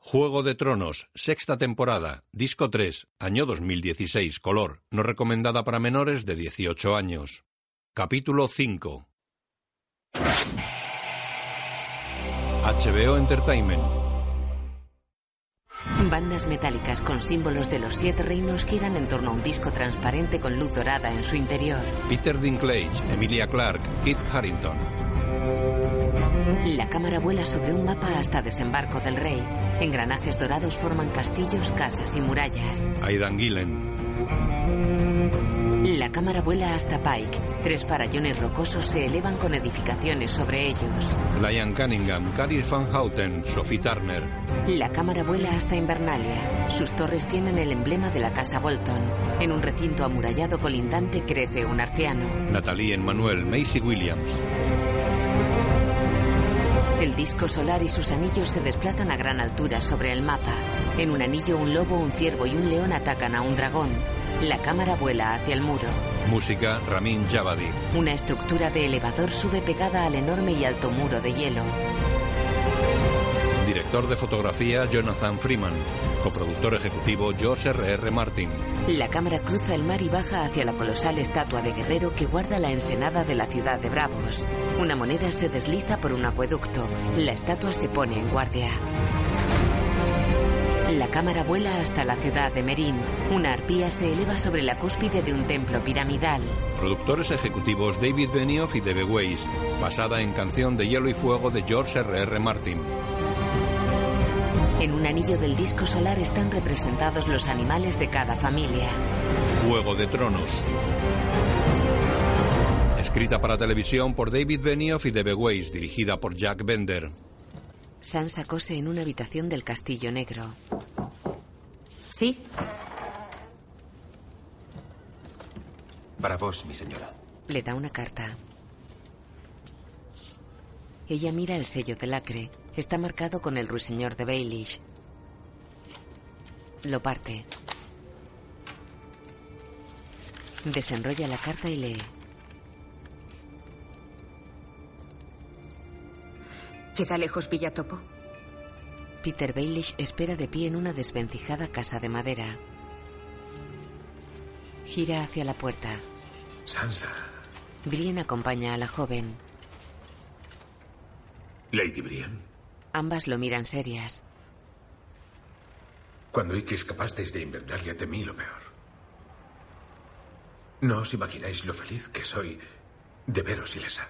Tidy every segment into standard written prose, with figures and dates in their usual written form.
Juego de Tronos, sexta temporada, disco 3, año 2016, color, no recomendada para menores de 18 años. Capítulo 5. HBO Entertainment. Bandas metálicas con símbolos de los 7 reinos giran en torno a un disco transparente con luz dorada en su interior. Peter Dinklage, Emilia Clarke, Kit Harington. La cámara vuela sobre un mapa hasta Desembarco del Rey. Engranajes dorados forman castillos, casas y murallas. Aidan Gillen. La cámara vuela hasta Pike. 3 farallones rocosos se elevan con edificaciones sobre ellos. Liam Cunningham, Cary Van Houten, Sophie Turner. La cámara vuela hasta Invernalia. Sus torres tienen el emblema de la casa Bolton. En un recinto amurallado colindante crece un arciano. Nathalie Emmanuel, Maisie Williams. El disco solar y sus anillos se desplazan a gran altura sobre el mapa. En un anillo, un lobo, un ciervo y un león atacan a un dragón. La cámara vuela hacia el muro. Música, Ramin Djawadi. Una estructura de elevador sube pegada al enorme y alto muro de hielo. Director de fotografía, Jonathan Freeman. Coproductor ejecutivo, George R.R. Martin. La cámara cruza el mar y baja hacia la colosal estatua de guerrero que guarda la ensenada de la ciudad de Bravos. Una moneda se desliza por un acueducto. La estatua se pone en guardia. La cámara vuela hasta la ciudad de Meereen. Una arpía se eleva sobre la cúspide de un templo piramidal. Productores ejecutivos David Benioff y D.B. Weiss. Basada en Canción de Hielo y Fuego de George R.R. Martin. En un anillo del disco solar están representados los animales de cada familia. Juego de Tronos. Escrita para televisión por David Benioff y D.B. Weiss, dirigida por Jack Bender. Sansa cose en una habitación del Castillo Negro. ¿Sí? Para vos, mi señora. Le da una carta. Ella mira el sello de lacre. Está marcado con el ruiseñor de Baelish. Lo parte. Desenrolla la carta y lee. ¿Queda lejos Villatopo? Peter Baelish espera de pie en una desvencijada casa de madera. Gira hacia la puerta. Sansa. Brienne acompaña a la joven. Lady Brienne. Ambas lo miran serias. Cuando oí que escapasteis de Invernalia temí lo peor. No os imagináis lo feliz que soy de veros ilesa.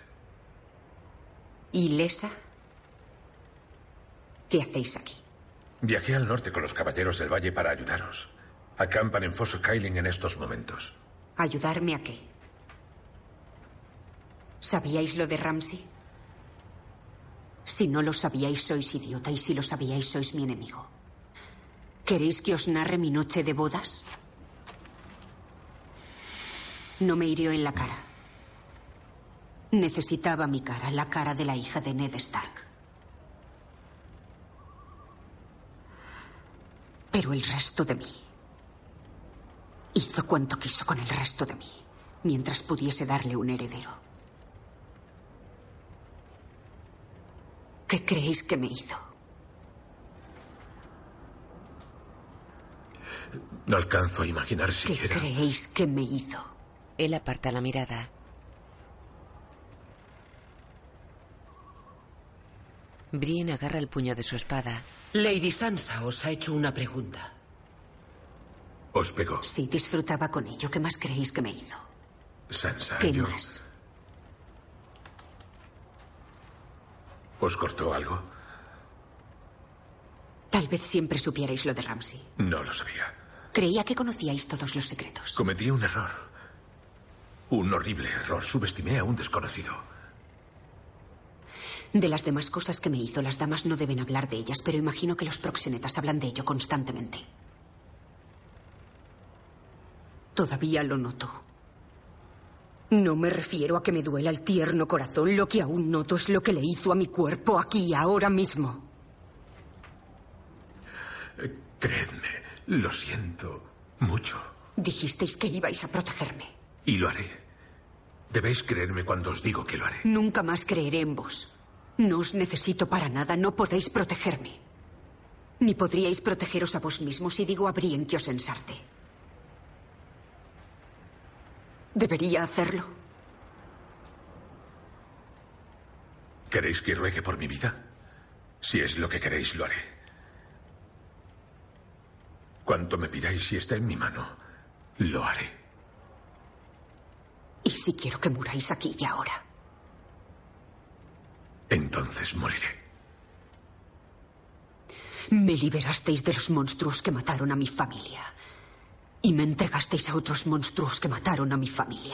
¿Ilesa? ¿Qué hacéis aquí? Viajé al norte con los caballeros del valle para ayudaros. Acampan en Fosso Cailin en estos momentos. ¿Ayudarme a qué? ¿Sabíais lo de Ramsay? Si no lo sabíais, sois idiota, y si lo sabíais, sois mi enemigo. ¿Queréis que os narre mi noche de bodas? No me hirió en la cara. Necesitaba mi cara, la cara de la hija de Ned Stark. Pero el resto de mí hizo cuanto quiso con el resto de mí, mientras pudiese darle un heredero. ¿Qué creéis que me hizo? No alcanzo a imaginar siquiera. ¿Qué creéis que me hizo? Él aparta la mirada. Brienne agarra el puño de su espada. Lady Sansa os ha hecho una pregunta. ¿Os pegó? Sí, disfrutaba con ello. ¿Qué más creéis que me hizo? Sansa, ¿Qué yo... más? ¿Os cortó algo? Tal vez siempre supierais lo de Ramsay. No lo sabía. Creía que conocíais todos los secretos. Cometí un error. Un horrible error. Subestimé a un desconocido. De las demás cosas que me hizo, las damas no deben hablar de ellas, pero imagino que los proxenetas hablan de ello constantemente. Todavía lo noto. No me refiero a que me duela el tierno corazón. Lo que aún noto es lo que le hizo a mi cuerpo aquí, ahora mismo. Creedme, lo siento mucho. Dijisteis que ibais a protegerme. Y lo haré. Debéis creerme cuando os digo que lo haré. Nunca más creeré en vos. No os necesito para nada, no podéis protegerme. Ni podríais protegeros a vos mismos si digo a Brienne que os ensarte. ¿Debería hacerlo? ¿Queréis que ruegue por mi vida? Si es lo que queréis, lo haré. Cuanto me pidáis, si está en mi mano, lo haré. ¿Y si quiero que muráis aquí y ahora? Entonces moriré. Me liberasteis de los monstruos que mataron a mi familia. Y me entregasteis a otros monstruos que mataron a mi familia.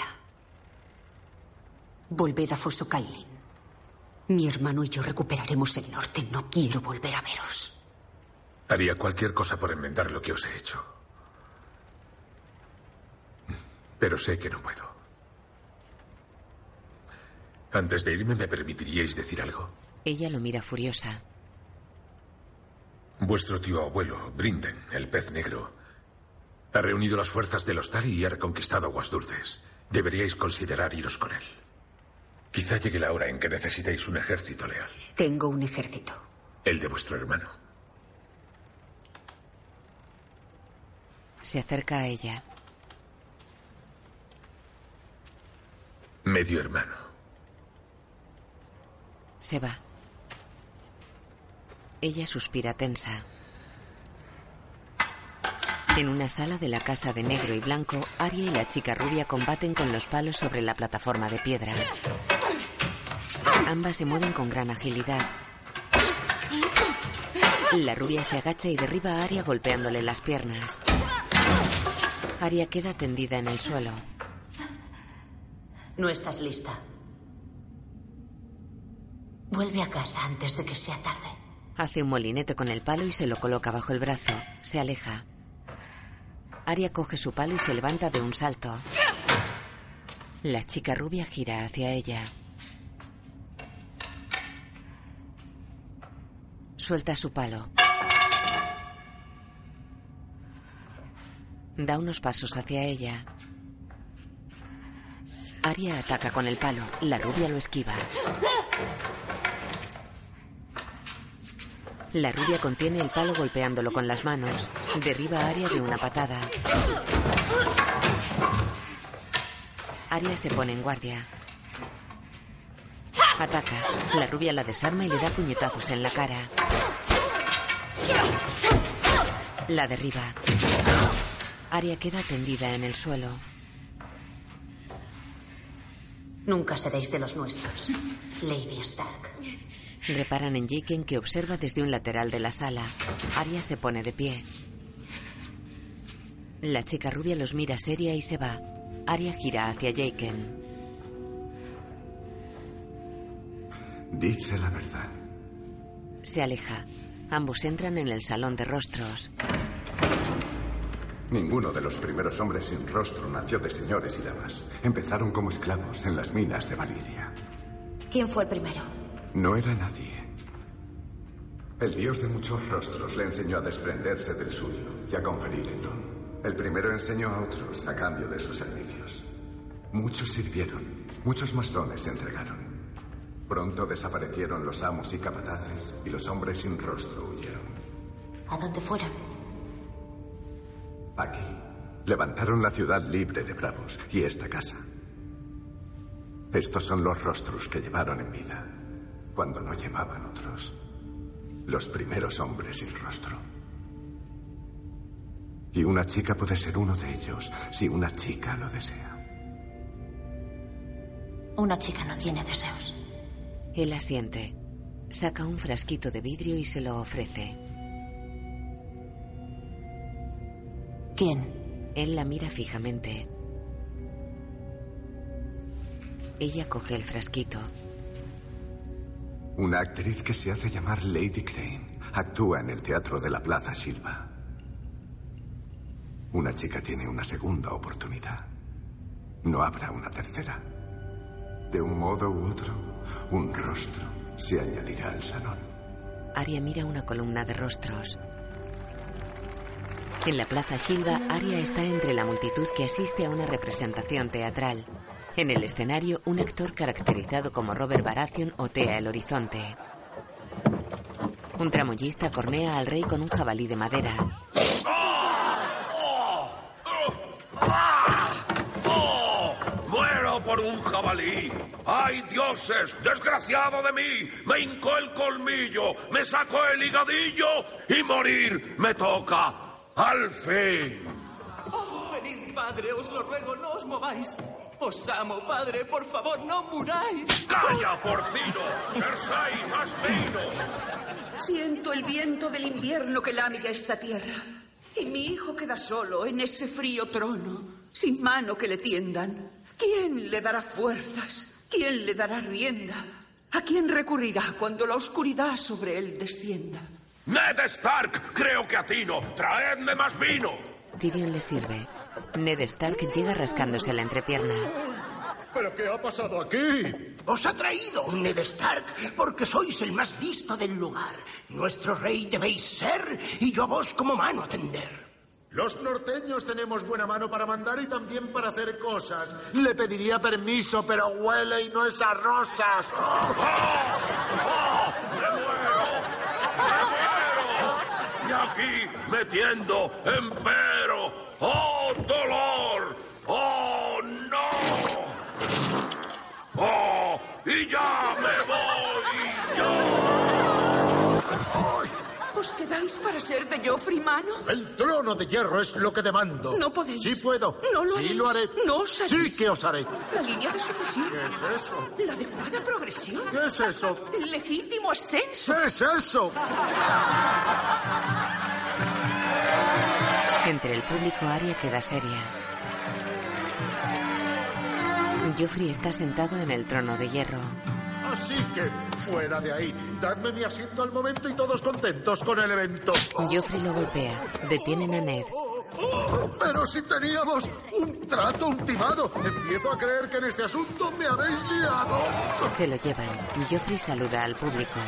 Volved a Fosso Cailin. Mi hermano y yo recuperaremos el norte. No quiero volver a veros. Haría cualquier cosa por enmendar lo que os he hecho. Pero sé que no puedo. Antes de irme, ¿me permitiríais decir algo? Ella lo mira furiosa. Vuestro tío abuelo, Brinden, el pez negro, ha reunido las fuerzas del Ostari y ha reconquistado Aguas Dulces. Deberíais considerar iros con él. Quizá llegue la hora en que necesitéis un ejército leal. Tengo un ejército. El de vuestro hermano. Se acerca a ella. Medio hermano. Se va. Ella suspira tensa. En una sala de la casa de negro y blanco, Arya y la chica rubia combaten con los palos sobre la plataforma de piedra. Ambas se mueven con gran agilidad. La rubia se agacha y derriba a Arya golpeándole las piernas. Arya queda tendida en el suelo. No estás lista. Vuelve a casa antes de que sea tarde. Hace un molinete con el palo y se lo coloca bajo el brazo. Se aleja. Arya coge su palo y se levanta de un salto. La chica rubia gira hacia ella. Suelta su palo. Da unos pasos hacia ella. Arya ataca con el palo. La rubia lo esquiva. La rubia contiene el palo golpeándolo con las manos. Derriba a Arya de una patada. Arya se pone en guardia. Ataca. La rubia la desarma y le da puñetazos en la cara. La derriba. Arya queda tendida en el suelo. Nunca seréis de los nuestros, Lady Stark. Reparan en Jaqen, que observa desde un lateral de la sala. Arya se pone de pie. La chica rubia los mira seria y se va. Arya gira hacia Jaqen. Dice la verdad. Se aleja. Ambos entran en el salón de rostros. Ninguno de los primeros hombres sin rostro nació de señores y damas. Empezaron como esclavos en las minas de Valiria. ¿Quién fue el primero? No era nadie. El dios de muchos rostros le enseñó a desprenderse del suyo y a conferir el don. El primero enseñó a otros a cambio de sus servicios. Muchos sirvieron, muchos más dones se entregaron. Pronto desaparecieron los amos y capataces y los hombres sin rostro huyeron. ¿A dónde fueron? Aquí. Levantaron la ciudad libre de Bravos y esta casa. Estos son los rostros que llevaron en vida, cuando no llevaban otros. Los primeros hombres sin rostro. Y una chica puede ser uno de ellos, si una chica lo desea. Una chica no tiene deseos. Él asiente. Saca un frasquito de vidrio y se lo ofrece. ¿Quién? Él la mira fijamente. Ella coge el frasquito. Una actriz que se hace llamar Lady Crane. Actúa en el teatro de la Plaza Silva. Una chica tiene una segunda oportunidad. No habrá una tercera. De un modo u otro, un rostro se añadirá al salón. Arya mira una columna de rostros. En la Plaza Silva, Arya está entre la multitud que asiste a una representación teatral. En el escenario, un actor caracterizado como Robert Baratheon otea el horizonte. Un tramoyista cornea al rey con un jabalí de madera. ¡Muero por un jabalí! ¡Ay, dioses! ¡Desgraciado de mí! Me hincó el colmillo, me sacó el higadillo y morir me toca. ¡Al fin! Oh, venid, padre, os lo ruego, no os mováis. Os amo, padre, por favor, no muráis. ¡Calla, porcino! ¡Cersei, más vino! Siento el viento del invierno que lame ya esta tierra. Y mi hijo queda solo en ese frío trono, sin mano que le tiendan. ¿Quién le dará fuerzas? ¿Quién le dará rienda? ¿A quién recurrirá cuando la oscuridad sobre él descienda? ¡Ned Stark! Creo que atino. ¡Traedme más vino! Tyrion le sirve. Ned Stark llega rascándose la entrepierna. ¿Pero qué ha pasado aquí? Os ha traído Ned Stark porque sois el más listo del lugar. Nuestro rey debéis ser y yo a vos como mano atender. Los norteños tenemos buena mano para mandar y también para hacer cosas. Le pediría permiso, pero huele y no es a rosas. ¡Oh! ¡Oh! ¡Me muero! ¡Me muero! Y aquí metiendo empero. ¡Oh, dolor! ¡Oh, no! ¡Oh! ¡Y ya me voy! ¡Yo! ¿Os quedáis para ser de Joffrey mano? El trono de hierro es lo que demando. No podéis. Sí puedo. No lo haréis. Sí lo haré. No os haréis. Sí que os haré. La línea de sucesión. ¿Qué es eso? La adecuada progresión. ¿Qué es eso? El legítimo ascenso. ¿Qué es eso? Entre el público, Arya queda seria. Joffrey está sentado en el trono de hierro. Así que, fuera de ahí. Dadme mi asiento al momento y todos contentos con el evento. Joffrey lo golpea. Detienen a Ned. Pero si teníamos un trato ultimado. Empiezo a creer que en este asunto me habéis liado. Se lo llevan. Joffrey saluda al público.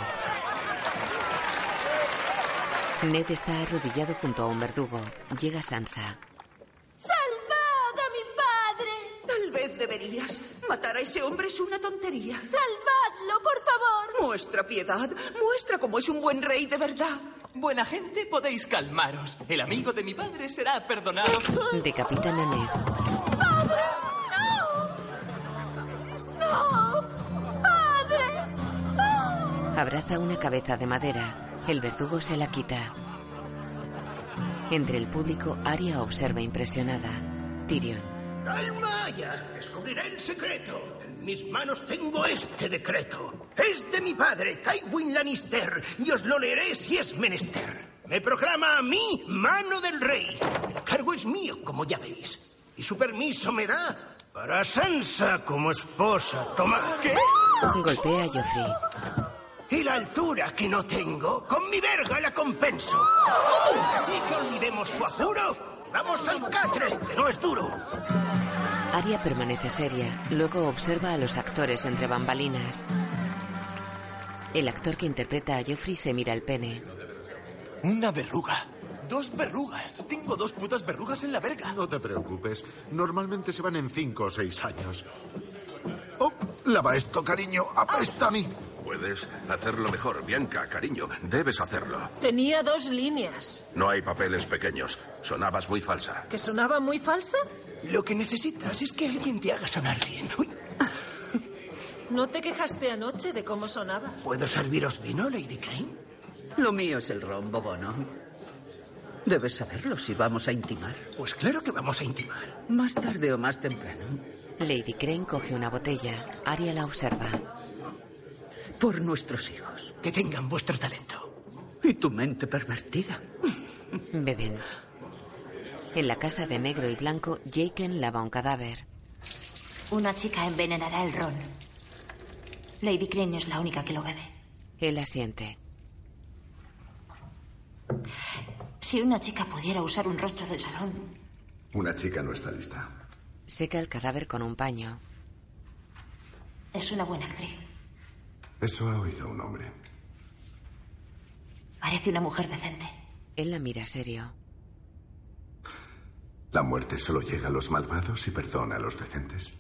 Ned está arrodillado junto a un verdugo. Llega Sansa. ¡Salvad a mi padre! Tal vez deberías. Matar a ese hombre es una tontería. ¡Salvadlo, por favor! Muestra piedad. Muestra cómo es un buen rey de verdad. Buena gente, podéis calmaros. El amigo de mi padre será perdonado. Decapitan a Ned. ¡Padre! ¡No! ¡No! ¡Padre! ¡No! Abraza una cabeza de madera. El verdugo se la quita. Entre el público, Arya observa impresionada. Tyrion. ¡Calma ya! Descubriré el secreto. En mis manos tengo este decreto. Es de mi padre, Tywin Lannister, y os lo leeré si es menester. Me proclama a mí mano del rey. El cargo es mío, como ya veis. Y su permiso me da para Sansa como esposa tomar. ¿Qué? Golpea a Joffrey. Y la altura que no tengo, con mi verga la compenso. Así que olvidemos tu apuro. Vamos al catre, que no es duro. Arya permanece seria. Luego observa a los actores entre bambalinas. El actor que interpreta a Joffrey se mira el pene. Una verruga. 2 verrugas. Tengo 2 putas verrugas en la verga. No te preocupes. Normalmente se van en 5 o 6 años. Oh, lava esto, cariño. Apesta a mí. Puedes hacerlo mejor, Bianca, cariño. Debes hacerlo. Tenía 2 líneas. No hay papeles pequeños. Sonabas muy falsa. ¿Que sonaba muy falsa? Lo que necesitas es que alguien te haga sonar bien. Uy. ¿No te quejaste anoche de cómo sonaba? ¿Puedo serviros vino, Lady Crane? Lo mío es el ron, bobono. Debes saberlo si vamos a intimar. Pues claro que vamos a intimar. Más tarde o más temprano. Lady Crane coge una botella. Arya la observa. Por nuestros hijos. Que tengan vuestro talento. Y tu mente pervertida. Beben. En la casa de negro y blanco, Jaqen lava un cadáver. Una chica envenenará el ron. Lady Crane es la única que lo bebe. Él asiente. Si una chica pudiera usar un rostro del salón... Una chica no está lista. Seca el cadáver con un paño. Es una buena actriz. Eso ha oído un hombre. Parece una mujer decente. Él la mira serio. La muerte solo llega a los malvados y perdona a los decentes.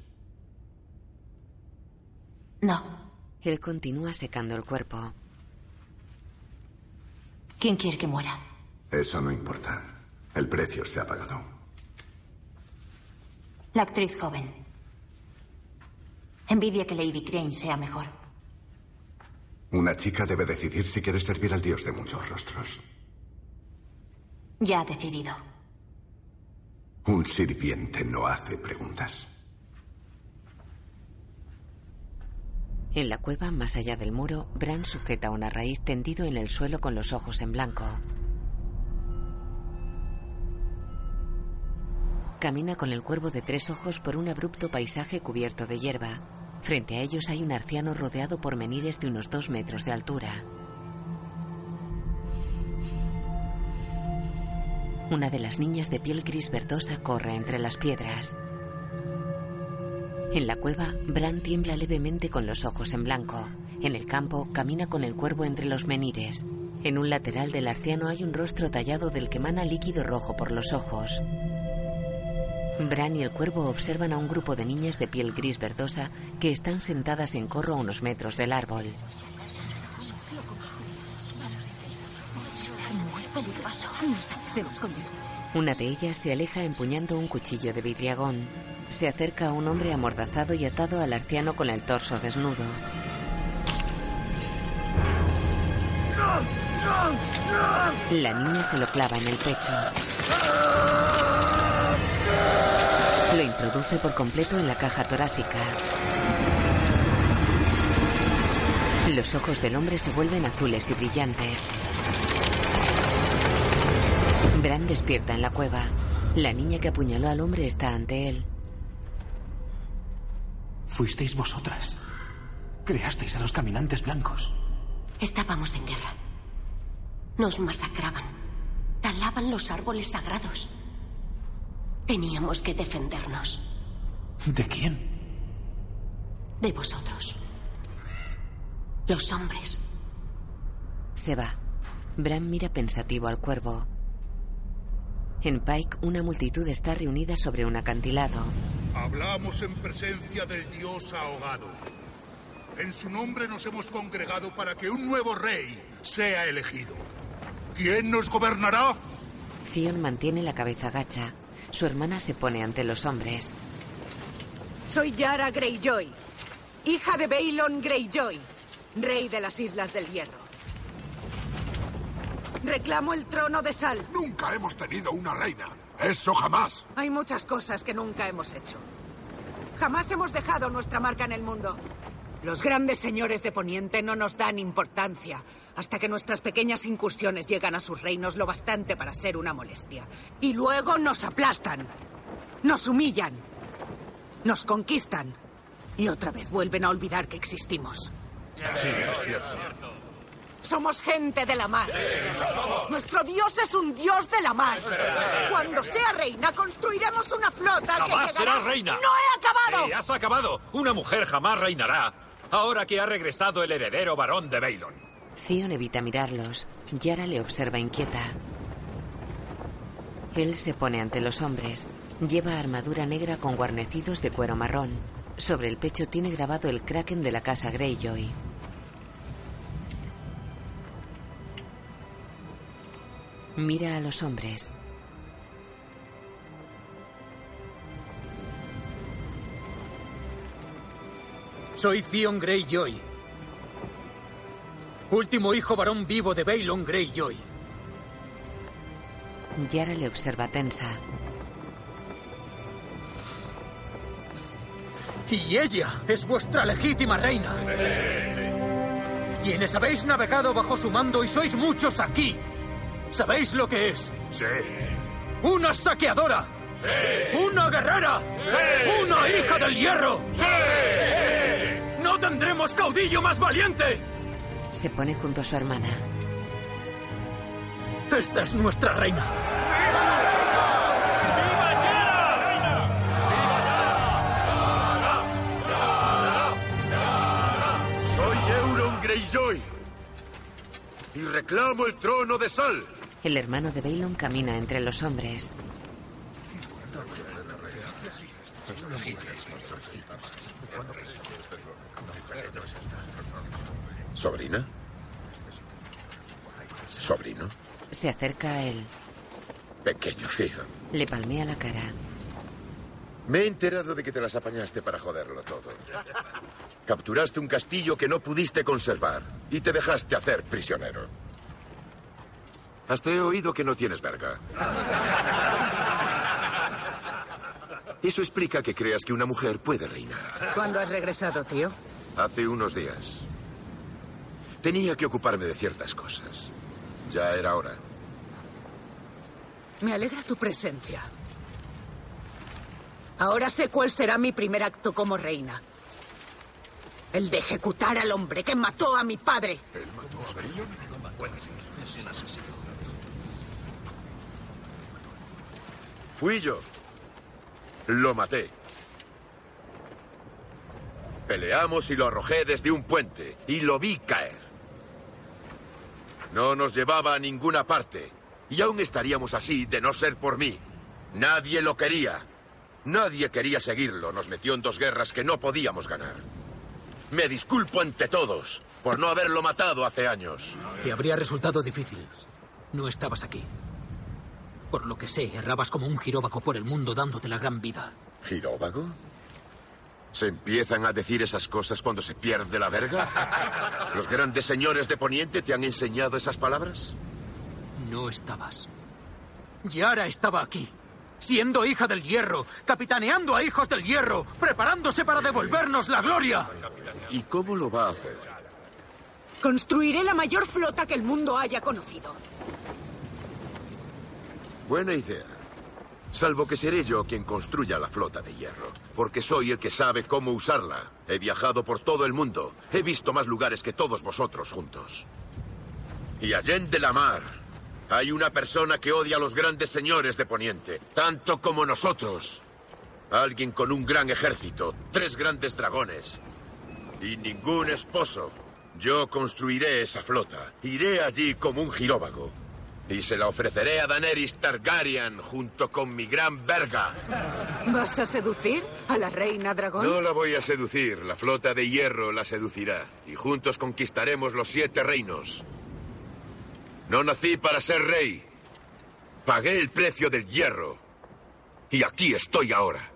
No. Él continúa secando el cuerpo. ¿Quién quiere que muera? Eso no importa. El precio se ha pagado. La actriz joven. Envidia que Lady Crane sea mejor. Una chica debe decidir si quiere servir al dios de muchos rostros. Ya ha decidido. Un sirviente no hace preguntas. En la cueva, más allá del muro, Bran sujeta una raíz tendido en el suelo con los ojos en blanco. Camina con el cuervo de 3 ojos por un abrupto paisaje cubierto de hierba. Frente a ellos hay un arciano rodeado por menhires de unos 2 metros de altura. Una de las niñas de piel gris verdosa corre entre las piedras. En la cueva, Bran tiembla levemente con los ojos en blanco. En el campo, camina con el cuervo entre los menhires. En un lateral del arciano hay un rostro tallado del que emana líquido rojo por los ojos. Bran y el cuervo observan a un grupo de niñas de piel gris verdosa que están sentadas en corro a unos metros del árbol. Una de ellas se aleja empuñando un cuchillo de vidriagón. Se acerca a un hombre amordazado y atado al arciano con el torso desnudo. La niña se lo clava en el pecho. Lo introduce por completo en la caja torácica. Los ojos del hombre se vuelven azules y brillantes. Bran despierta en la cueva. La niña que apuñaló al hombre está ante él. Fuisteis vosotras. Creasteis a los caminantes blancos. Estábamos en guerra. Nos masacraban. Talaban los árboles sagrados. Teníamos que defendernos. ¿De quién? De vosotros. Los hombres. Se va. Bran mira pensativo al cuervo. En Pike, una multitud está reunida sobre un acantilado. Hablamos en presencia del dios ahogado. En su nombre nos hemos congregado para que un nuevo rey sea elegido. ¿Quién nos gobernará? Theon mantiene la cabeza gacha. Su hermana se pone ante los hombres. Soy Yara Greyjoy, hija de Balon Greyjoy, rey de las Islas del Hierro. Reclamo el trono de Sal. Nunca hemos tenido una reina. Eso jamás. Hay muchas cosas que nunca hemos hecho. Jamás hemos dejado nuestra marca en el mundo. Los grandes señores de Poniente no nos dan importancia hasta que nuestras pequeñas incursiones llegan a sus reinos lo bastante para ser una molestia. Y luego nos aplastan, nos humillan, nos conquistan y otra vez vuelven a olvidar que existimos. Sí, es cierto. Somos gente de la mar. Nuestro dios es un dios de la mar. Cuando sea reina, construiremos una flota que ¡Jamás llegará... será reina! ¡No he acabado! ¡Sí, has acabado! Una mujer jamás reinará, ahora que ha regresado el heredero varón de Balon. Theon evita mirarlos. Yara le observa inquieta. Él se pone ante los hombres. Lleva armadura negra con guarnecidos de cuero marrón. Sobre el pecho tiene grabado el kraken de la casa Greyjoy. Mira a los hombres. Soy Theon Greyjoy, último hijo varón vivo de Balon Greyjoy. Yara le observa tensa. Y ella es vuestra legítima reina. Quienes habéis navegado bajo su mando y sois muchos aquí. ¿Sabéis lo que es? Sí. ¡Una saqueadora! Sí. ¡Una guerrera! Sí. ¡Una hija del hierro! ¡Sí! ¡No tendremos caudillo más valiente! Se pone junto a su hermana. Esta es nuestra reina. Soy Euron Greyjoy y reclamo el trono de Sal. El hermano de Balon camina entre los hombres. ¿Sobrina? sobrino? Se acerca a él. Pequeño fío. Le palmea la cara. Me he enterado de que te las apañaste para joderlo todo. Capturaste un castillo que no pudiste conservar y te dejaste hacer prisionero. Hasta he oído que no tienes verga. Eso explica que creas que una mujer puede reinar. ¿Cuándo has regresado, tío? Hace unos días. Tenía que ocuparme de ciertas cosas. Ya era hora. Me alegra tu presencia. Ahora sé cuál será mi primer acto como reina. El de ejecutar al hombre que mató a mi padre. ¿Él mató a Berion? Es un asesino. Fui yo. Lo maté. Peleamos y lo arrojé desde un puente. Y lo vi caer. No nos llevaba a ninguna parte. Y aún estaríamos así de no ser por mí. Nadie lo quería. Nadie quería seguirlo. Nos metió en 2 guerras que no podíamos ganar. Me disculpo ante todos por no haberlo matado hace años. Te habría resultado difícil. No estabas aquí. Por lo que sé, errabas como un giróvago por el mundo dándote la gran vida. ¿Giróvago? ¿Se empiezan a decir esas cosas cuando se pierde la verga? ¿Los grandes señores de Poniente te han enseñado esas palabras? No estabas. Yara estaba aquí, siendo hija del hierro, capitaneando a hijos del hierro, preparándose para devolvernos la gloria. ¿Y cómo lo va a hacer? Construiré la mayor flota que el mundo haya conocido. Buena idea. Salvo que seré yo quien construya la flota de hierro, porque soy el que sabe cómo usarla. He viajado por todo el mundo. He visto más lugares que todos vosotros juntos. Y allende la mar hay una persona que odia a los grandes señores de Poniente, tanto como nosotros. Alguien con un gran ejército, 3 grandes dragones y ningún esposo. Yo construiré esa flota. Iré allí como un giróvago. Y se la ofreceré a Daenerys Targaryen junto con mi gran verga. ¿Vas a seducir a la reina dragón? No la voy a seducir. La flota de hierro la seducirá. Y juntos conquistaremos los 7 reinos. No nací para ser rey. Pagué el precio del hierro. Y aquí estoy ahora.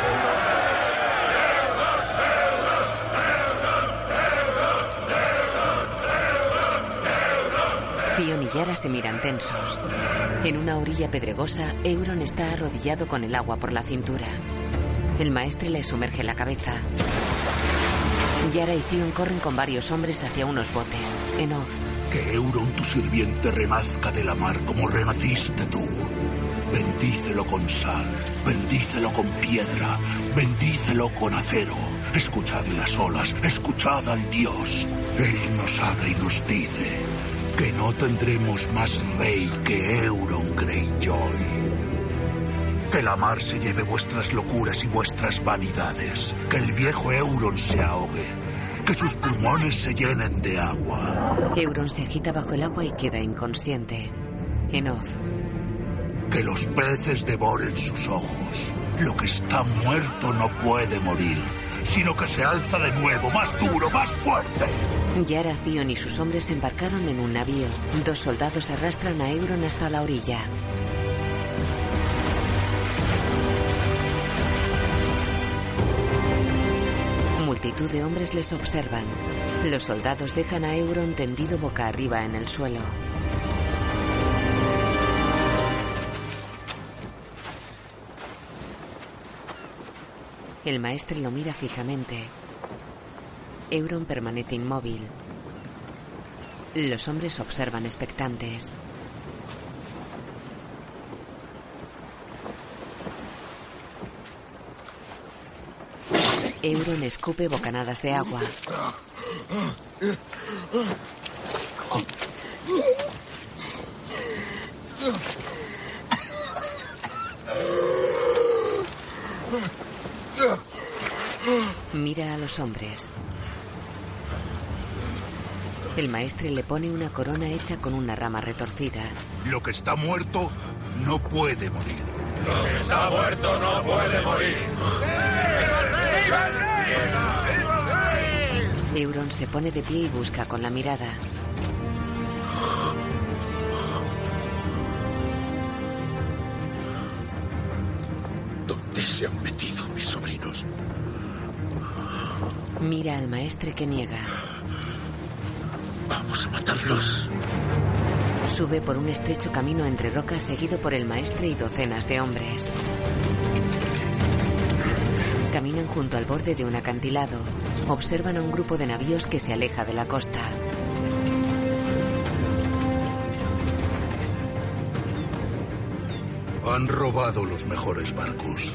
Theon y Yara se miran tensos. En una orilla pedregosa, Euron está arrodillado con el agua por la cintura. El maestre le sumerge la cabeza. Yara y Theon corren con varios hombres hacia unos botes. En off. Que Euron, tu sirviente, renazca de la mar como renaciste tú. Bendícelo con sal, bendícelo con piedra, bendícelo con acero. Escuchad las olas, escuchad al Dios. Él nos habla y nos dice que no tendremos más rey que Euron Greyjoy. Que la mar se lleve vuestras locuras y vuestras vanidades. Que el viejo Euron se ahogue. Que sus pulmones se llenen de agua. Euron se agita bajo el agua y queda inconsciente. En off. Que los peces devoren sus ojos. Lo que está muerto no puede morir, sino que se alza de nuevo, más duro, más fuerte. Yara, Theon y sus hombres se embarcaron en un navío. 2 soldados arrastran a Euron hasta la orilla. Multitud de hombres les observan. Los soldados dejan a Euron tendido boca arriba en el suelo. El maestre lo mira fijamente. Euron permanece inmóvil. Los hombres observan expectantes. Euron escupe bocanadas de agua. Mira a los hombres. El maestre le pone una corona hecha con una rama retorcida. Lo que está muerto no puede morir. Lo que está muerto no puede morir. Euron se pone de pie y busca con la mirada. se han metido mis sobrinos? Mira al maestre que niega. Vamos a matarlos. Sube por un estrecho camino entre rocas seguido por el maestre y docenas de hombres. Caminan junto al borde de un acantilado. Observan a un grupo de navíos que se aleja de la costa. Han robado los mejores barcos.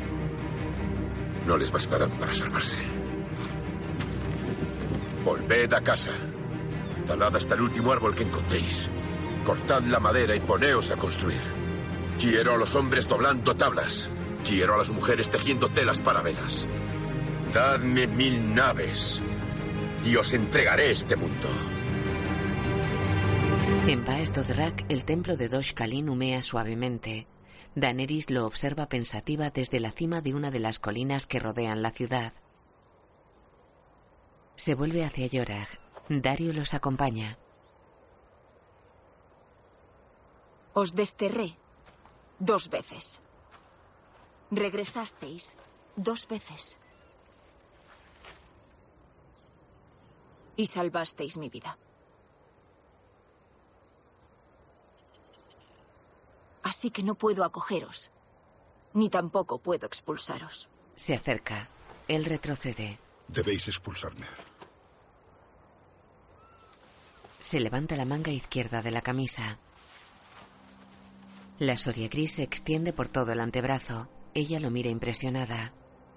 No les bastarán para salvarse. Volved a casa. Talad hasta el último árbol que encontréis. Cortad la madera y poneos a construir. Quiero a los hombres doblando tablas. Quiero a las mujeres tejiendo telas para velas. Dadme 1000 naves y os entregaré este mundo. En Baes Dothrak, el templo de Dosh Kalin humea suavemente. Daenerys lo observa pensativa desde la cima de una de las colinas que rodean la ciudad. Se vuelve hacia Jorah. Daario los acompaña. Os desterré 2 veces. Regresasteis 2 veces. Y salvasteis mi vida. Así que no puedo acogeros, ni tampoco puedo expulsaros. Se acerca. Él retrocede. Debéis expulsarme. Se levanta la manga izquierda de la camisa. La soria gris se extiende por todo el antebrazo. Ella lo mira impresionada.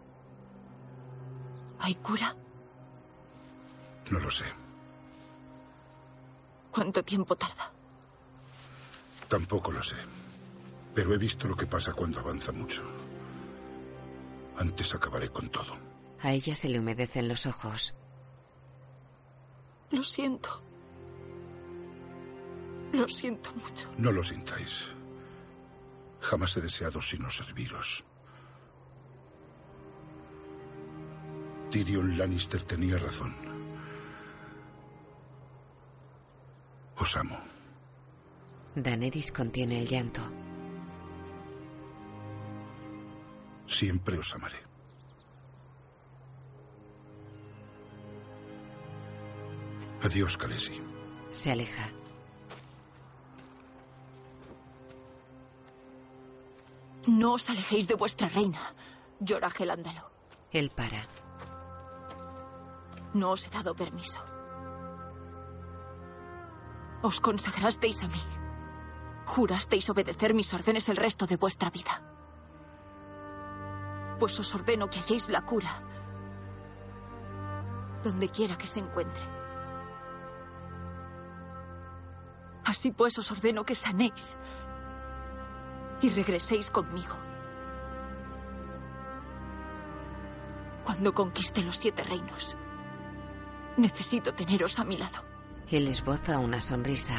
¿Hay cura? No lo sé. ¿Cuánto tiempo tarda? Tampoco lo sé. Pero he visto lo que pasa cuando avanza mucho. Antes acabaré con todo. A ella se le humedecen los ojos. Lo siento. Lo siento mucho. No lo sintáis. Jamás he deseado sino serviros. Tyrion Lannister tenía razón. Os amo. Daenerys contiene el llanto. Siempre os amaré. Adiós, Khaleesi. Se aleja. No os alejéis de vuestra reina, Jorah el Ándalo. Él para. No os he dado permiso. Os consagrasteis a mí. Jurasteis obedecer mis órdenes el resto de vuestra vida. Pues os ordeno que halléis la cura donde quiera que se encuentre. Así pues os ordeno que sanéis y regreséis conmigo. Cuando conquiste los 7 reinos, necesito teneros a mi lado. Él esboza una sonrisa.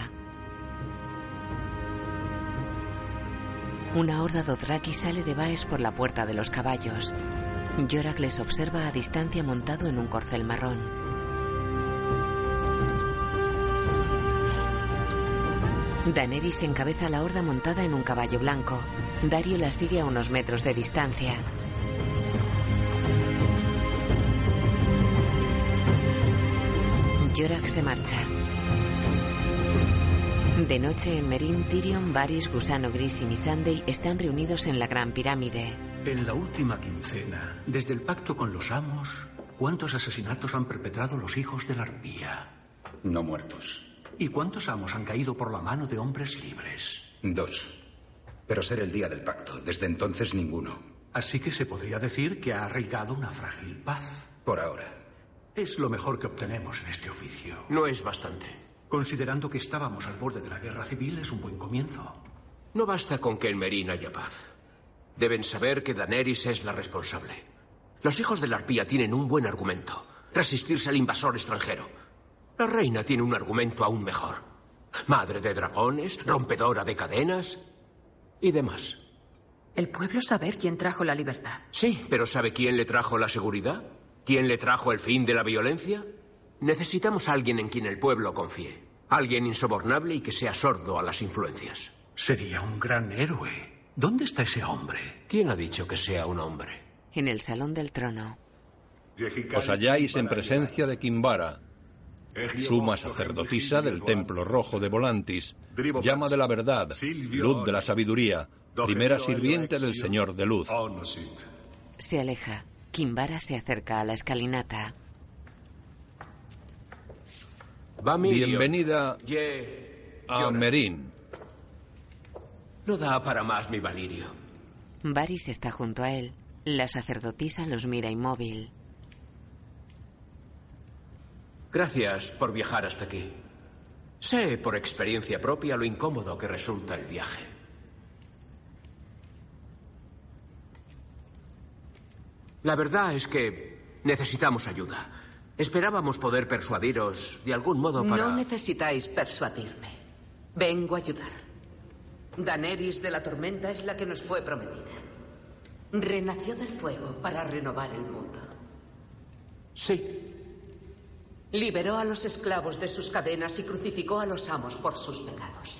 Una horda dothraki sale de Baes por la puerta de los caballos. Jorah les observa a distancia montado en un corcel marrón. Daenerys encabeza la horda montada en un caballo blanco. Daario la sigue a unos metros de distancia. Jorah se marcha. De noche en Meereen, Tyrion, Varys, Gusano Gris y Missandei están reunidos en la Gran Pirámide. En la última quincena, desde el pacto con los amos, ¿cuántos asesinatos han perpetrado los hijos de la arpía? No muertos. ¿Y cuántos amos han caído por la mano de hombres libres? 2. Pero ser el día del pacto. Desde entonces ninguno. Así que se podría decir que ha arraigado una frágil paz. Por ahora. Es lo mejor que obtenemos en este oficio. No es bastante. Considerando que estábamos al borde de la guerra civil, es un buen comienzo. No basta con que en Meereen haya paz. Deben saber que Daenerys es la responsable. Los hijos de la arpía tienen un buen argumento. Resistirse al invasor extranjero. La reina tiene un argumento aún mejor. Madre de dragones, rompedora de cadenas y demás. ¿El pueblo sabe quién trajo la libertad? Sí, pero ¿sabe quién le trajo la seguridad? ¿Quién le trajo el fin de la violencia? Necesitamos a alguien en quien el pueblo confíe. Alguien insobornable y que sea sordo a las influencias. Sería un gran héroe. ¿Dónde está ese hombre? ¿Quién ha dicho que sea un hombre? En el salón del trono. Os halláis en presencia de Kimbara, suma sacerdotisa del Templo Rojo de Volantis, llama de la verdad, luz de la sabiduría, primera sirviente del Señor de Luz. Se aleja. Kimbara se acerca a la escalinata. Bienvenida a Merín. No da para más mi Valirio. Varys está junto a él. La sacerdotisa los mira inmóvil. Gracias por viajar hasta aquí. Sé por experiencia propia lo incómodo que resulta el viaje. La verdad es que necesitamos ayuda. Esperábamos poder persuadiros de algún modo para... No necesitáis persuadirme. Vengo a ayudar. Daenerys de la Tormenta es la que nos fue prometida. Renació del fuego para renovar el mundo. Sí. Liberó a los esclavos de sus cadenas y crucificó a los amos por sus pecados.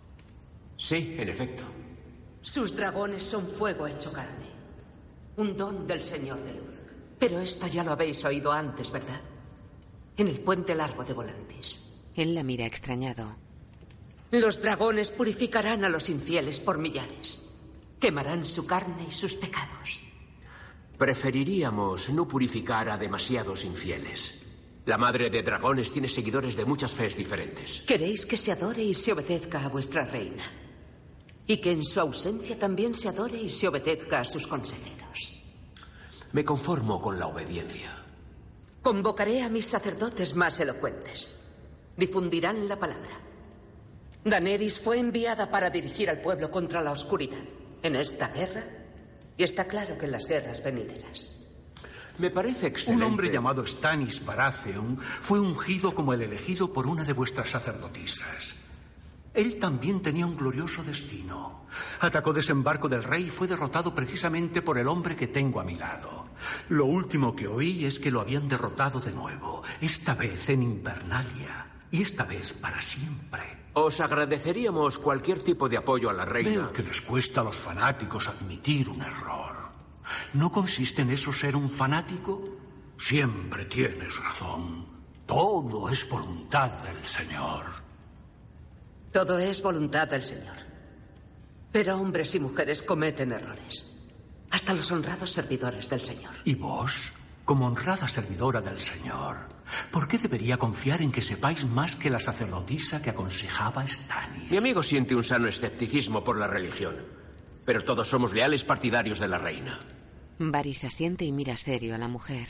Sí, en efecto. Sus dragones son fuego hecho carne. Un don del Señor de Luz. Pero esto ya lo habéis oído antes, ¿verdad? En el puente largo de Volantis. Él la mira extrañado. Los dragones purificarán a los infieles por millares. Quemarán su carne y sus pecados. Preferiríamos no purificar a demasiados infieles. La madre de dragones tiene seguidores de muchas fes diferentes. Queréis que se adore y se obedezca a vuestra reina. Y que en su ausencia también se adore y se obedezca a sus consejeros. Me conformo con la obediencia. Convocaré a mis sacerdotes más elocuentes. Difundirán la palabra. Daenerys fue enviada para dirigir al pueblo contra la oscuridad. En esta guerra, y está claro que en las guerras venideras. Me parece excelente. Un hombre llamado Stannis Baratheon fue ungido como el elegido por una de vuestras sacerdotisas. Él también tenía un glorioso destino. Atacó desembarco del rey y fue derrotado precisamente por el hombre que tengo a mi lado. Lo último que oí es que lo habían derrotado de nuevo, esta vez en Invernalia, y esta vez para siempre. Os agradeceríamos cualquier tipo de apoyo a la reina. Veo que les cuesta a los fanáticos admitir un error. ¿No consiste en eso ser un fanático? Siempre tienes razón. Todo es voluntad del Señor. Todo es voluntad del Señor. Pero hombres y mujeres cometen errores. Hasta los honrados servidores del Señor. ¿Y vos, como honrada servidora del Señor, por qué debería confiar en que sepáis más que la sacerdotisa que aconsejaba a Stannis? Mi amigo siente un sano escepticismo por la religión. Pero todos somos leales partidarios de la reina. Varys asiente y mira serio a la mujer.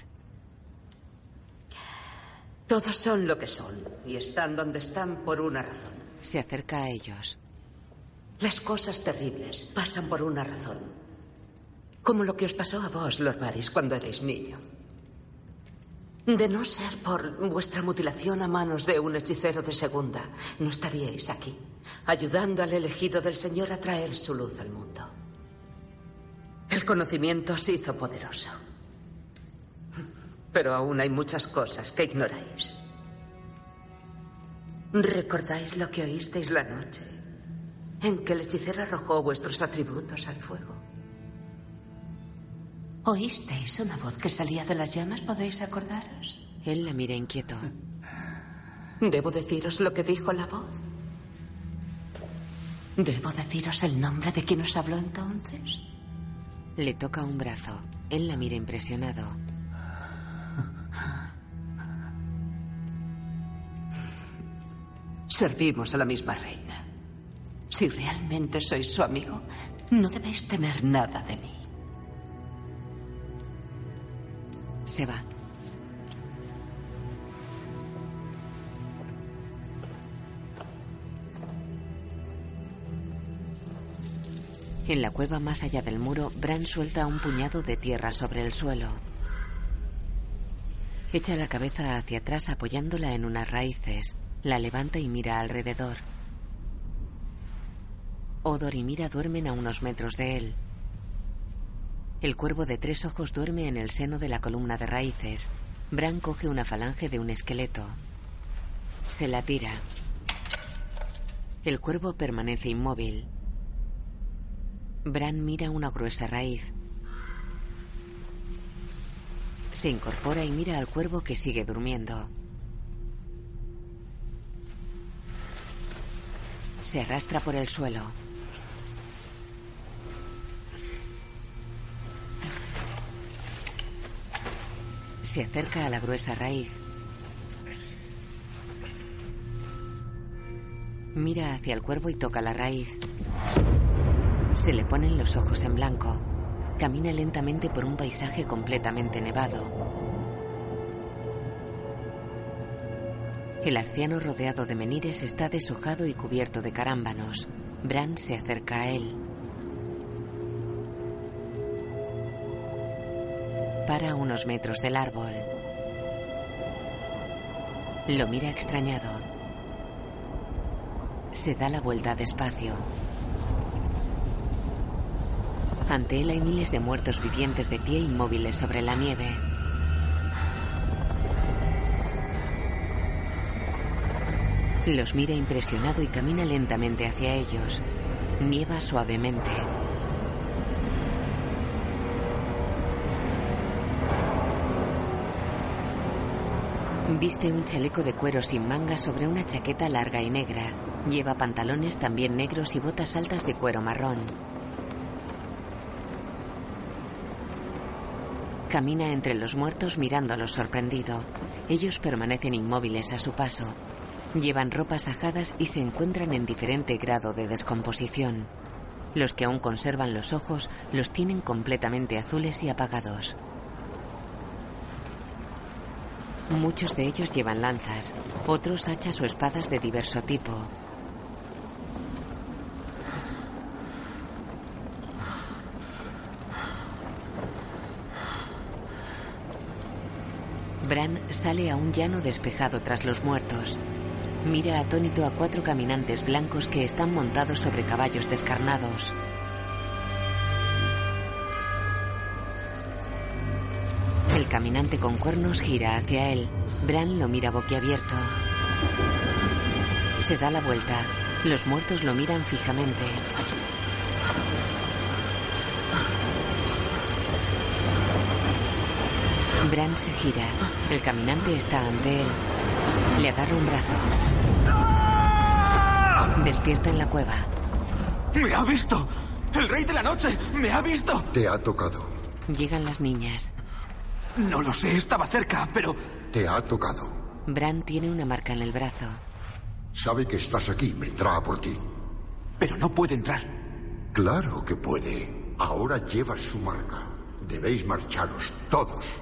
Todos son lo que son y están donde están por una razón. Se acerca a ellos. Las cosas terribles pasan por una razón. Como lo que os pasó a vos, Lord Varys, cuando erais niño. De no ser por vuestra mutilación a manos de un hechicero de segunda, no estaríais aquí, ayudando al elegido del Señor a traer su luz al mundo. El conocimiento os hizo poderoso. Pero aún hay muchas cosas que ignoráis. ¿Recordáis lo que oísteis la noche en que el hechicero arrojó vuestros atributos al fuego? ¿Oísteis una voz que salía de las llamas? ¿Podéis acordaros? Él la mira inquieto. ¿Debo deciros lo que dijo la voz? ¿Debo deciros el nombre de quien os habló entonces? Le toca un brazo. Él la mira impresionado. Servimos a la misma reina. Si realmente sois su amigo, no debéis temer nada de mí. Se va. En la cueva más allá del muro, Bran suelta un puñado de tierra sobre el suelo. Echa la cabeza hacia atrás apoyándola en unas raíces. La levanta y mira alrededor. Hodor y Mira duermen a unos metros de él. El cuervo de 3 ojos duerme en el seno de la columna de raíces. Bran coge una falange de un esqueleto. Se la tira. El cuervo permanece inmóvil. Bran mira una gruesa raíz. Se incorpora y mira al cuervo que sigue durmiendo. Se arrastra por el suelo. Se acerca a la gruesa raíz. Mira hacia el cuervo y toca la raíz. Se le ponen los ojos en blanco. Camina lentamente por un paisaje completamente nevado. El arciano rodeado de menires está deshojado y cubierto de carámbanos. Bran se acerca a él. Para a unos metros del árbol. Lo mira extrañado. Se da la vuelta despacio. Ante él hay miles de muertos vivientes de pie inmóviles sobre la nieve. Los mira impresionado y camina lentamente hacia ellos. Nieva suavemente. Viste un chaleco de cuero sin mangas sobre una chaqueta larga y negra. Lleva pantalones también negros y botas altas de cuero marrón. Camina entre los muertos mirándolos sorprendido. Ellos permanecen inmóviles a su paso. Llevan ropas ajadas y se encuentran en diferente grado de descomposición. Los que aún conservan los ojos los tienen completamente azules y apagados. Muchos de ellos llevan lanzas, otros hachas o espadas de diverso tipo. Bran sale a un llano despejado tras los muertos. Mira atónito a 4 caminantes blancos que están montados sobre caballos descarnados. El caminante con cuernos gira hacia él. Bran lo mira boquiabierto. Se da la vuelta. Los muertos lo miran fijamente. Bran se gira. El caminante está ante él. Le agarra un brazo. Despierta en la cueva. ¡Me ha visto! ¡El rey de la noche! ¡Me ha visto! Te ha tocado. Llegan las niñas. No lo sé, estaba cerca, pero... Te ha tocado. Bran tiene una marca en el brazo. Sabe que estás aquí, vendrá a por ti. Pero no puede entrar. Claro que puede. Ahora llevas su marca. Debéis marcharos todos.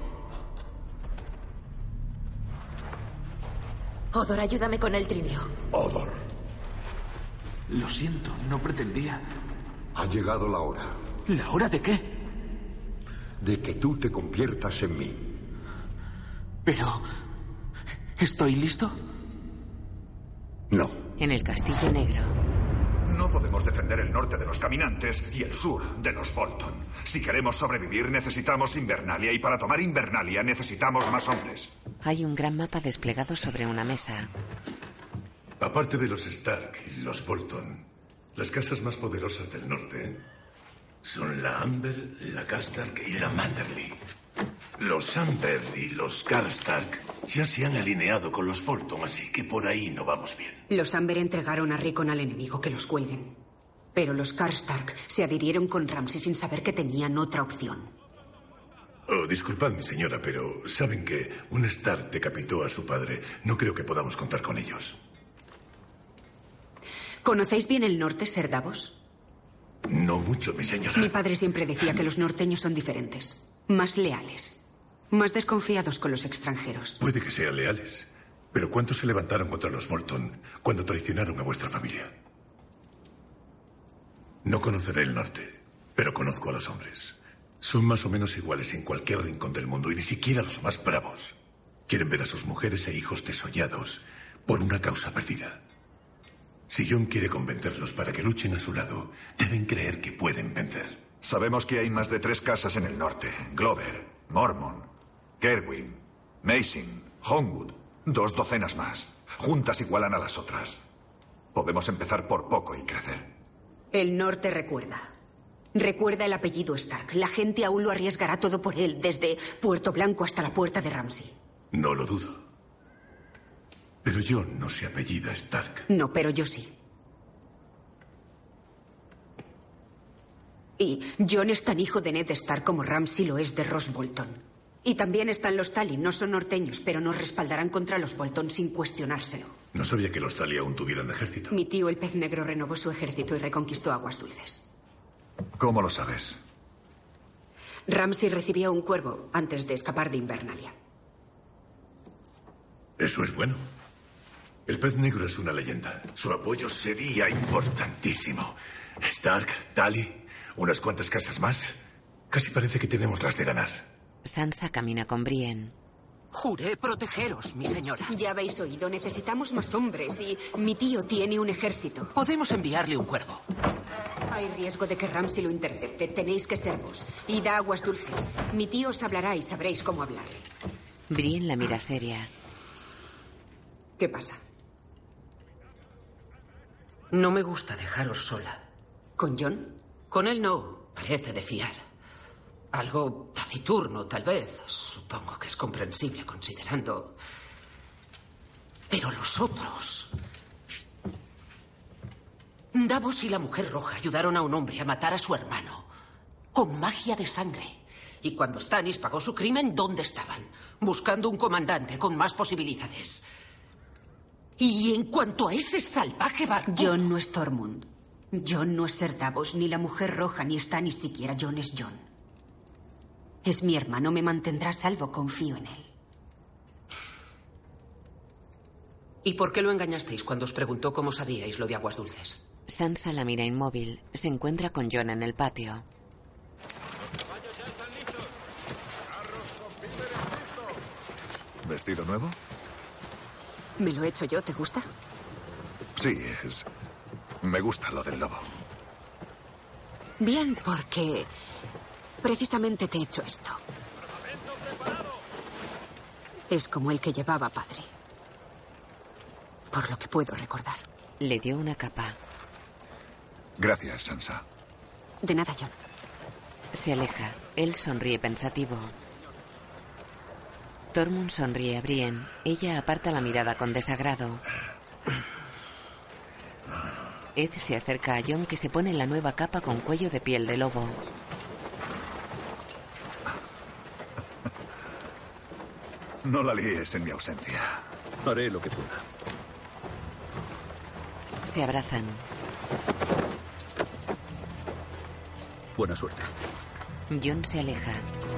Odor, ayúdame con el trineo. Odor. Lo siento, no pretendía. Ha llegado la hora. ¿La hora de qué? De que tú te conviertas en mí. Pero... ¿estoy listo? No. En el castillo negro. No podemos defender el norte de los caminantes y el sur de los Bolton. Si queremos sobrevivir necesitamos Invernalia y para tomar Invernalia necesitamos más hombres. Hay un gran mapa desplegado sobre una mesa. Aparte de los Stark y los Bolton, las casas más poderosas del norte son la Amber, la Karstark y la Manderly. Los Amber y los Karstark ya se han alineado con los Bolton, así que por ahí no vamos bien. Los Amber entregaron a Rickon al enemigo, que los cuelguen. Pero los Karstark se adhirieron con Ramsay sin saber que tenían otra opción. Oh, disculpadme, señora, pero saben que un Stark decapitó a su padre. No creo que podamos contar con ellos. ¿Conocéis bien el norte, Ser Davos? No mucho, mi señora. Mi padre siempre decía que los norteños son diferentes. Más leales. Más desconfiados con los extranjeros. Puede que sean leales. Pero ¿cuántos se levantaron contra los Bolton cuando traicionaron a vuestra familia? No conoceré el norte, pero conozco a los hombres. Son más o menos iguales en cualquier rincón del mundo y ni siquiera los más bravos quieren ver a sus mujeres e hijos desollados por una causa perdida. Si Jon quiere convencerlos para que luchen a su lado, deben creer que pueden vencer. Sabemos que hay más de 3 casas en el norte. Glover, Mormon, Kerwin, Mason, Homewood. 2 docenas más. Juntas igualan a las otras. Podemos empezar por poco y crecer. El norte recuerda. Recuerda el apellido Stark. La gente aún lo arriesgará todo por él, desde Puerto Blanco hasta la puerta de Ramsay. No lo dudo. Pero Jon no se apellida Stark. No, pero yo sí. Y Jon es tan hijo de Ned Stark como Ramsay lo es de Ross Bolton. Y también están los Tully. No son norteños, pero nos respaldarán contra los Bolton sin cuestionárselo. No sabía que los Tully aún tuvieran ejército. Mi tío, el pez negro, renovó su ejército y reconquistó Aguas Dulces. ¿Cómo lo sabes? Ramsay recibió un cuervo antes de escapar de Invernalia. Eso es bueno. El pez negro es una leyenda. Su apoyo sería importantísimo. Stark, Tully, unas cuantas casas más. Casi parece que tenemos las de ganar. Sansa camina con Brienne. Juré protegeros, mi señora. Ya habéis oído, necesitamos más hombres y mi tío tiene un ejército. Podemos enviarle un cuervo. Hay riesgo de que Ramsay lo intercepte. Tenéis que ser vos. Id a Aguas Dulces. Mi tío os hablará y sabréis cómo hablarle. Brienne la mira seria. ¿Qué pasa? No me gusta dejaros sola. ¿Con Jon? Con él no. Parece de fiar. Algo taciturno, tal vez. Supongo que es comprensible considerando... Pero los otros... Davos y la Mujer Roja ayudaron a un hombre a matar a su hermano. Con magia de sangre. Y cuando Stannis pagó su crimen, ¿dónde estaban? Buscando un comandante con más posibilidades. Y en cuanto a ese salvaje barco... Jon no es Tormund. Jon no es Ser Davos, ni la Mujer Roja, ni Stannis siquiera. Jon es Jon. Es mi hermano, me mantendrá a salvo, confío en él. ¿Y por qué lo engañasteis cuando os preguntó cómo sabíais lo de Aguas Dulces? Sansa la mira inmóvil. Se encuentra con Jon en el patio. ¿Vestido nuevo? Me lo he hecho yo, ¿te gusta? Sí, me gusta lo del lobo. Bien, porque... precisamente te he hecho esto. Es como el que llevaba padre. Por lo que puedo recordar. Le dio una capa. Gracias, Sansa. De nada, Jon. Se aleja. Él sonríe pensativo. Tormund sonríe a Brienne. Ella aparta la mirada con desagrado. Ed se acerca a Jon, que se pone la nueva capa con cuello de piel de lobo. No la líes en mi ausencia. Haré lo que pueda. Se abrazan. Buena suerte. Jon se aleja.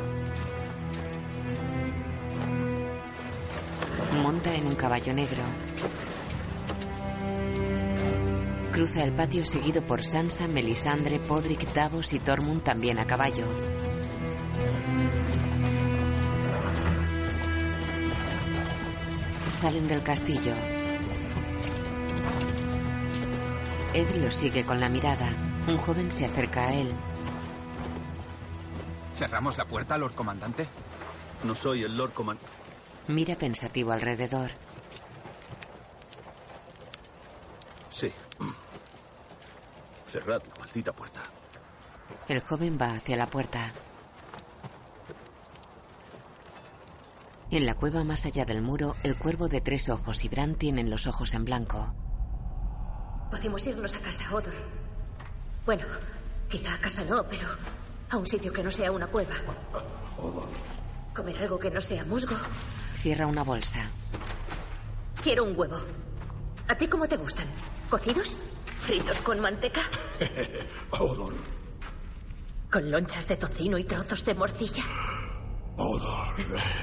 Monta en un caballo negro. Cruza el patio seguido por Sansa, Melisandre, Podrick, Davos y Tormund también a caballo. Salen del castillo. Ed lo sigue con la mirada. Un joven se acerca a él. ¿Cerramos la puerta, Lord Comandante? No soy el Lord Comandante. Mira pensativo alrededor. Sí. Cerrad la maldita puerta. El joven va hacia la puerta. En la cueva más allá del muro, el cuervo de 3 ojos y Bran tienen los ojos en blanco. Podemos irnos a casa, Hodor. Bueno, quizá a casa no, pero a un sitio que no sea una cueva. Hodor. Comer algo que no sea musgo. Cierra una bolsa. Quiero un huevo. ¿A ti cómo te gustan? ¿Cocidos? ¿Fritos con manteca? Hodor. ¿Con lonchas de tocino y trozos de morcilla? Hodor.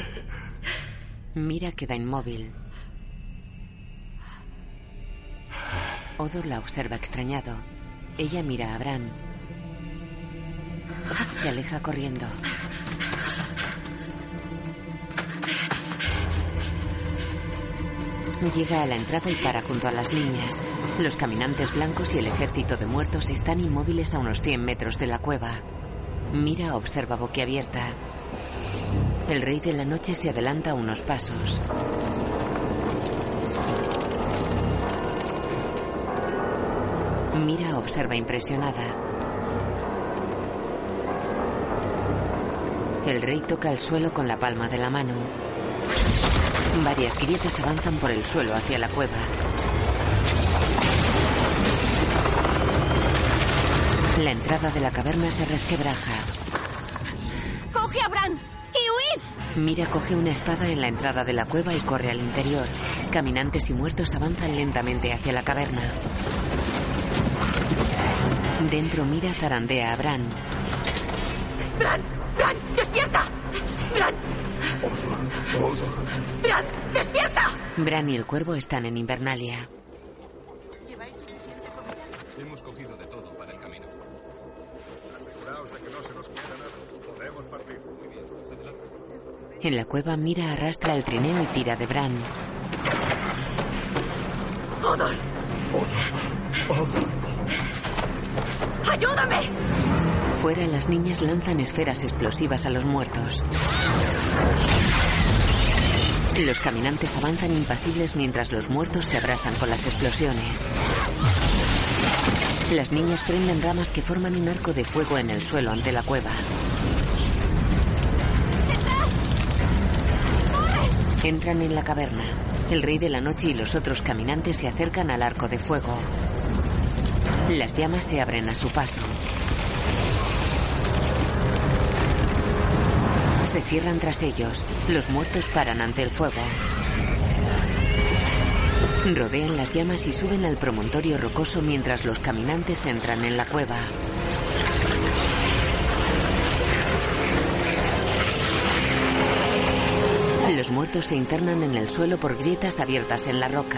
Mira queda inmóvil. Hodor la observa extrañado. Ella mira a Bran. Se aleja corriendo. Llega a la entrada y para junto a las niñas. Los caminantes blancos y el ejército de muertos están inmóviles a unos 100 metros de la cueva. Mira observa boquiabierta. El rey de la noche se adelanta unos pasos. Mira observa impresionada. El rey toca el suelo con la palma de la mano. Varias grietas avanzan por el suelo hacia la cueva. La entrada de la caverna se resquebraja. ¡Coge a Bran y huid! Mira coge una espada en la entrada de la cueva y corre al interior. Caminantes y muertos avanzan lentamente hacia la caverna. Dentro Mira zarandea a Bran. ¡Bran! ¡Bran! ¡Despierta! ¡Bran! ¡Bran! ¡Despierta! Bran y el cuervo están en Invernalia. Hemos cogido de todo para el camino. Aseguraos de que no se nos queda nada. Podemos partir. Muy bien, pues adelante. En la cueva Mira arrastra el trineo y tira de Bran. ¡Odor! ¡Ayúdame! Fuera las niñas lanzan esferas explosivas a los muertos. Los caminantes avanzan impasibles mientras los muertos se abrasan con las explosiones. Las niñas prenden ramas que forman un arco de fuego en el suelo ante la cueva. Entran en la caverna. El rey de la noche y los otros caminantes se acercan al arco de fuego. Las llamas se abren a su paso. Se cierran tras ellos. Los muertos paran ante el fuego. Rodean las llamas y suben al promontorio rocoso mientras los caminantes entran en la cueva. Los muertos se internan en el suelo por grietas abiertas en la roca.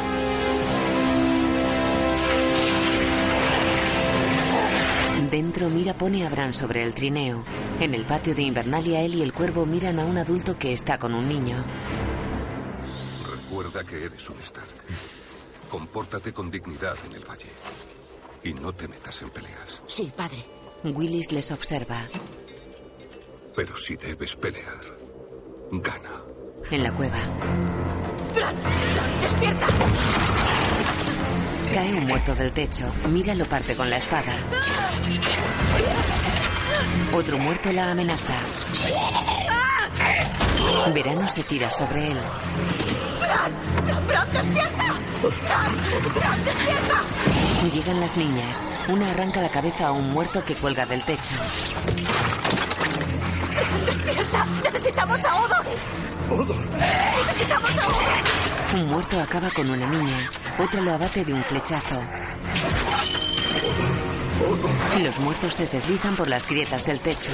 Dentro Mira pone a Bran sobre el trineo. En el patio de Invernalia él y el cuervo miran a un adulto que está con un niño. Recuerda que eres un Stark. Compórtate con dignidad en el valle. Y no te metas en peleas. Sí, padre. Willis les observa. Pero si debes pelear, gana. En la cueva. ¡Bran! ¡Despierta! Cae un muerto del techo. Mira lo parte con la espada. Otro muerto la amenaza. Verano se tira sobre él. ¡Bran! ¡Bran, despierta! ¡Bran, despierta! Llegan las niñas. Una arranca la cabeza a un muerto que cuelga del techo. ¡Bran, despierta! ¡Necesitamos a Odor! ¡Necesitamos a Odor! Un muerto acaba con una niña. Otro lo abate de un flechazo. Los muertos se deslizan por las grietas del techo.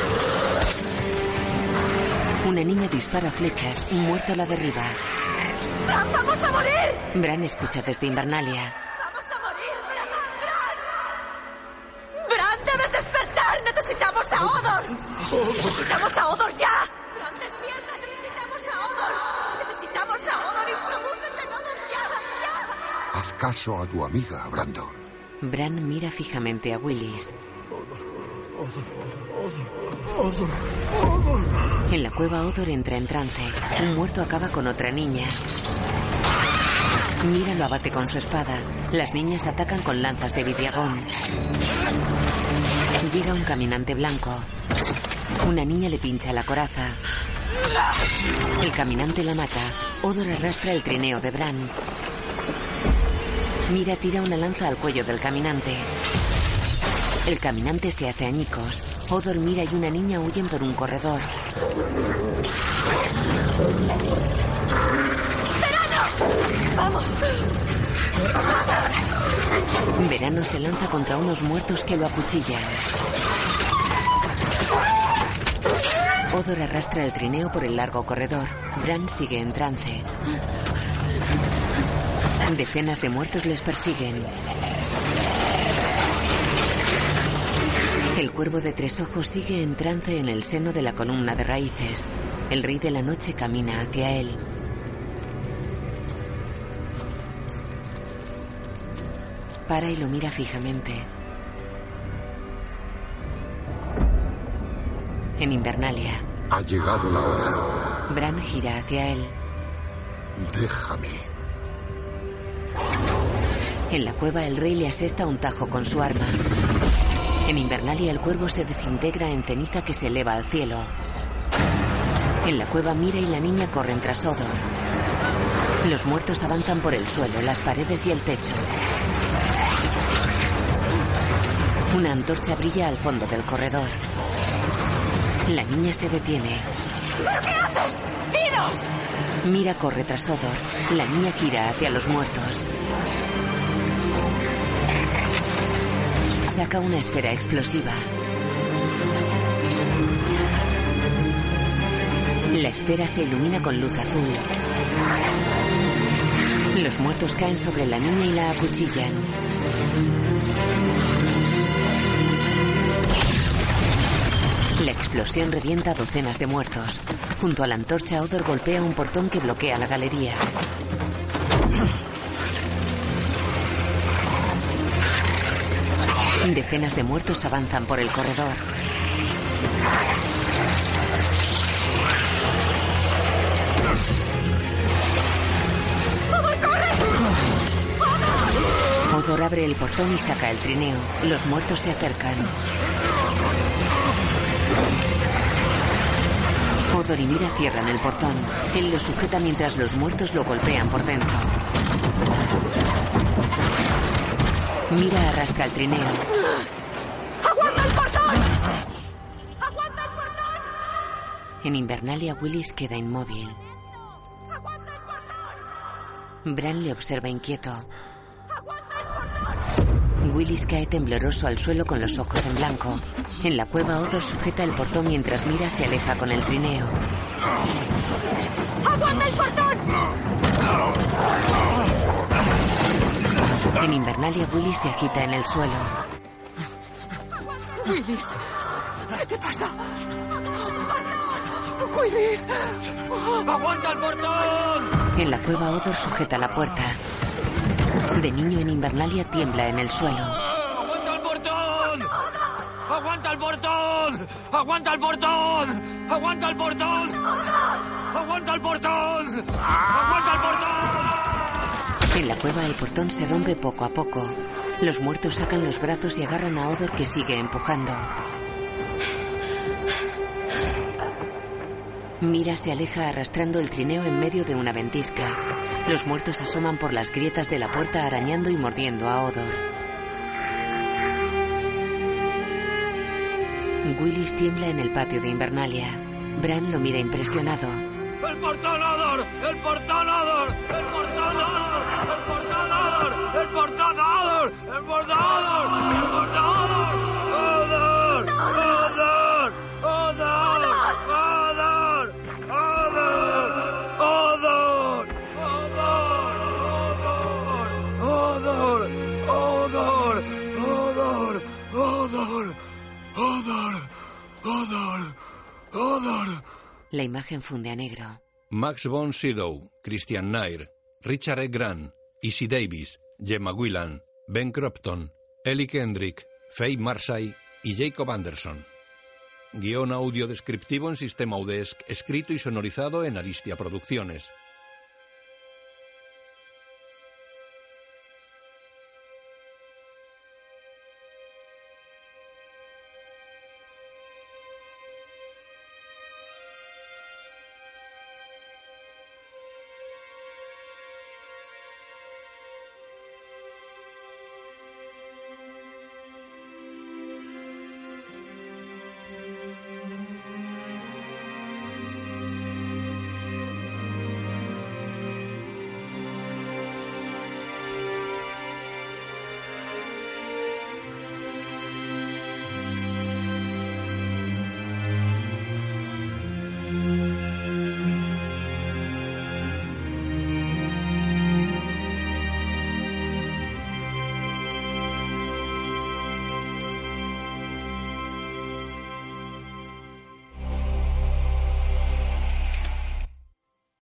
Una niña dispara flechas. Un muerto la derriba. ¡Bran, vamos a morir! Bran escucha desde Invernalia. ¡Vamos a morir, Bran! ¡Bran, debes despertar! ¡Necesitamos a Odor! ¡Necesitamos a Odor ya! ¡Bran, despierta! ¡Necesitamos a Odor! ¡Necesitamos a Odor! ¡Introdúcete en Odor ya! Haz caso a tu amiga, Brandon. Bran mira fijamente a Willis. En la cueva Odor entra en trance. Un muerto acaba con otra niña. Mira lo abate con su espada. Las niñas atacan con lanzas de vidriagón. Llega un caminante blanco. Una niña le pincha la coraza. El caminante la mata. Odor arrastra el trineo de Bran. Mira tira una lanza al cuello del caminante. El caminante se hace añicos. Odor, Mira y una niña huyen por un corredor. ¡Verano! ¡Vamos! Verano se lanza contra unos muertos que lo acuchillan. Odor arrastra el trineo por el largo corredor. Bran sigue en trance. Decenas de muertos les persiguen. El cuervo de tres ojos sigue en trance en el seno de la columna de raíces. El rey de la noche camina hacia él. Para y lo mira fijamente. En Invernalia. Ha llegado la hora. Bran gira hacia él. Déjame. En la cueva el rey le asesta un tajo con su arma. En Invernalia el cuervo se desintegra en ceniza que se eleva al cielo. En la cueva Mira y la niña corren tras Odor. Los muertos avanzan por el suelo, las paredes y el techo. Una antorcha brilla al fondo del corredor. La niña se detiene. ¿Pero qué haces? ¡Idos! Mira corre tras Odor. La niña gira hacia los muertos. Saca una esfera explosiva. La esfera se ilumina con luz azul. Los muertos caen sobre la niña y la acuchillan. La explosión revienta a docenas de muertos. Junto a la antorcha, Odor golpea un portón que bloquea la galería. Decenas de muertos avanzan por el corredor. ¡Odor, corre! Odor abre el portón y saca el trineo. Los muertos se acercan. Odor y Mira cierran el portón. Él lo sujeta mientras los muertos lo golpean por dentro. Mira arrastra el trineo. ¡Aguanta el portón! ¡Aguanta el portón! En Invernalia, Willis queda inmóvil. ¡Aguanta el portón! Bran le observa inquieto. ¡Aguanta el portón! Willis cae tembloroso al suelo con los ojos en blanco. En la cueva, Odor sujeta el portón mientras Mira se aleja con el trineo. ¡Aguanta el portón! En Invernalia, Willis se agita en el suelo. Willis, ¿qué te pasa? Willis, ¡aguanta el portón! En la cueva, Odor sujeta la puerta. De niño en Invernalia tiembla en el suelo. ¡Aguanta el portón! ¡Aguanta el portón! ¡Aguanta el portón! ¡Aguanta el portón! ¡Aguanta el portón! ¡Aguanta el portón! En la cueva el portón se rompe poco a poco. Los muertos sacan los brazos y agarran a Odor, que sigue empujando. Mira se aleja arrastrando el trineo en medio de una ventisca. Los muertos asoman por las grietas de la puerta arañando y mordiendo a Odor. Willis tiembla en el patio de Invernalia. Bran lo mira impresionado. ¡El portón, Odor! ¡El portón, Odor! ¡El portón, Odor! ¡El portón, Odor! ¡El portón, Odor! ¡El portón, Odor! ¡El portón, Odor! ¡Odor! ¡Odor! ¡Odor! ¡Odor! ¡Odor! ¡Odor! ¡Odor! ¡Odor! ¡Odor! ¡Odor! ¡Odor! ¡Odor! La imagen funde a negro. Max von Sydow, Christian Nair, Richard E. Grant, Izzy Davis, Gemma Whelan, Ben Cropton, Ellie Kendrick, Faye Marsay y Jacob Anderson. Guión audio descriptivo en sistema UDESC, escrito y sonorizado en Aristia Producciones.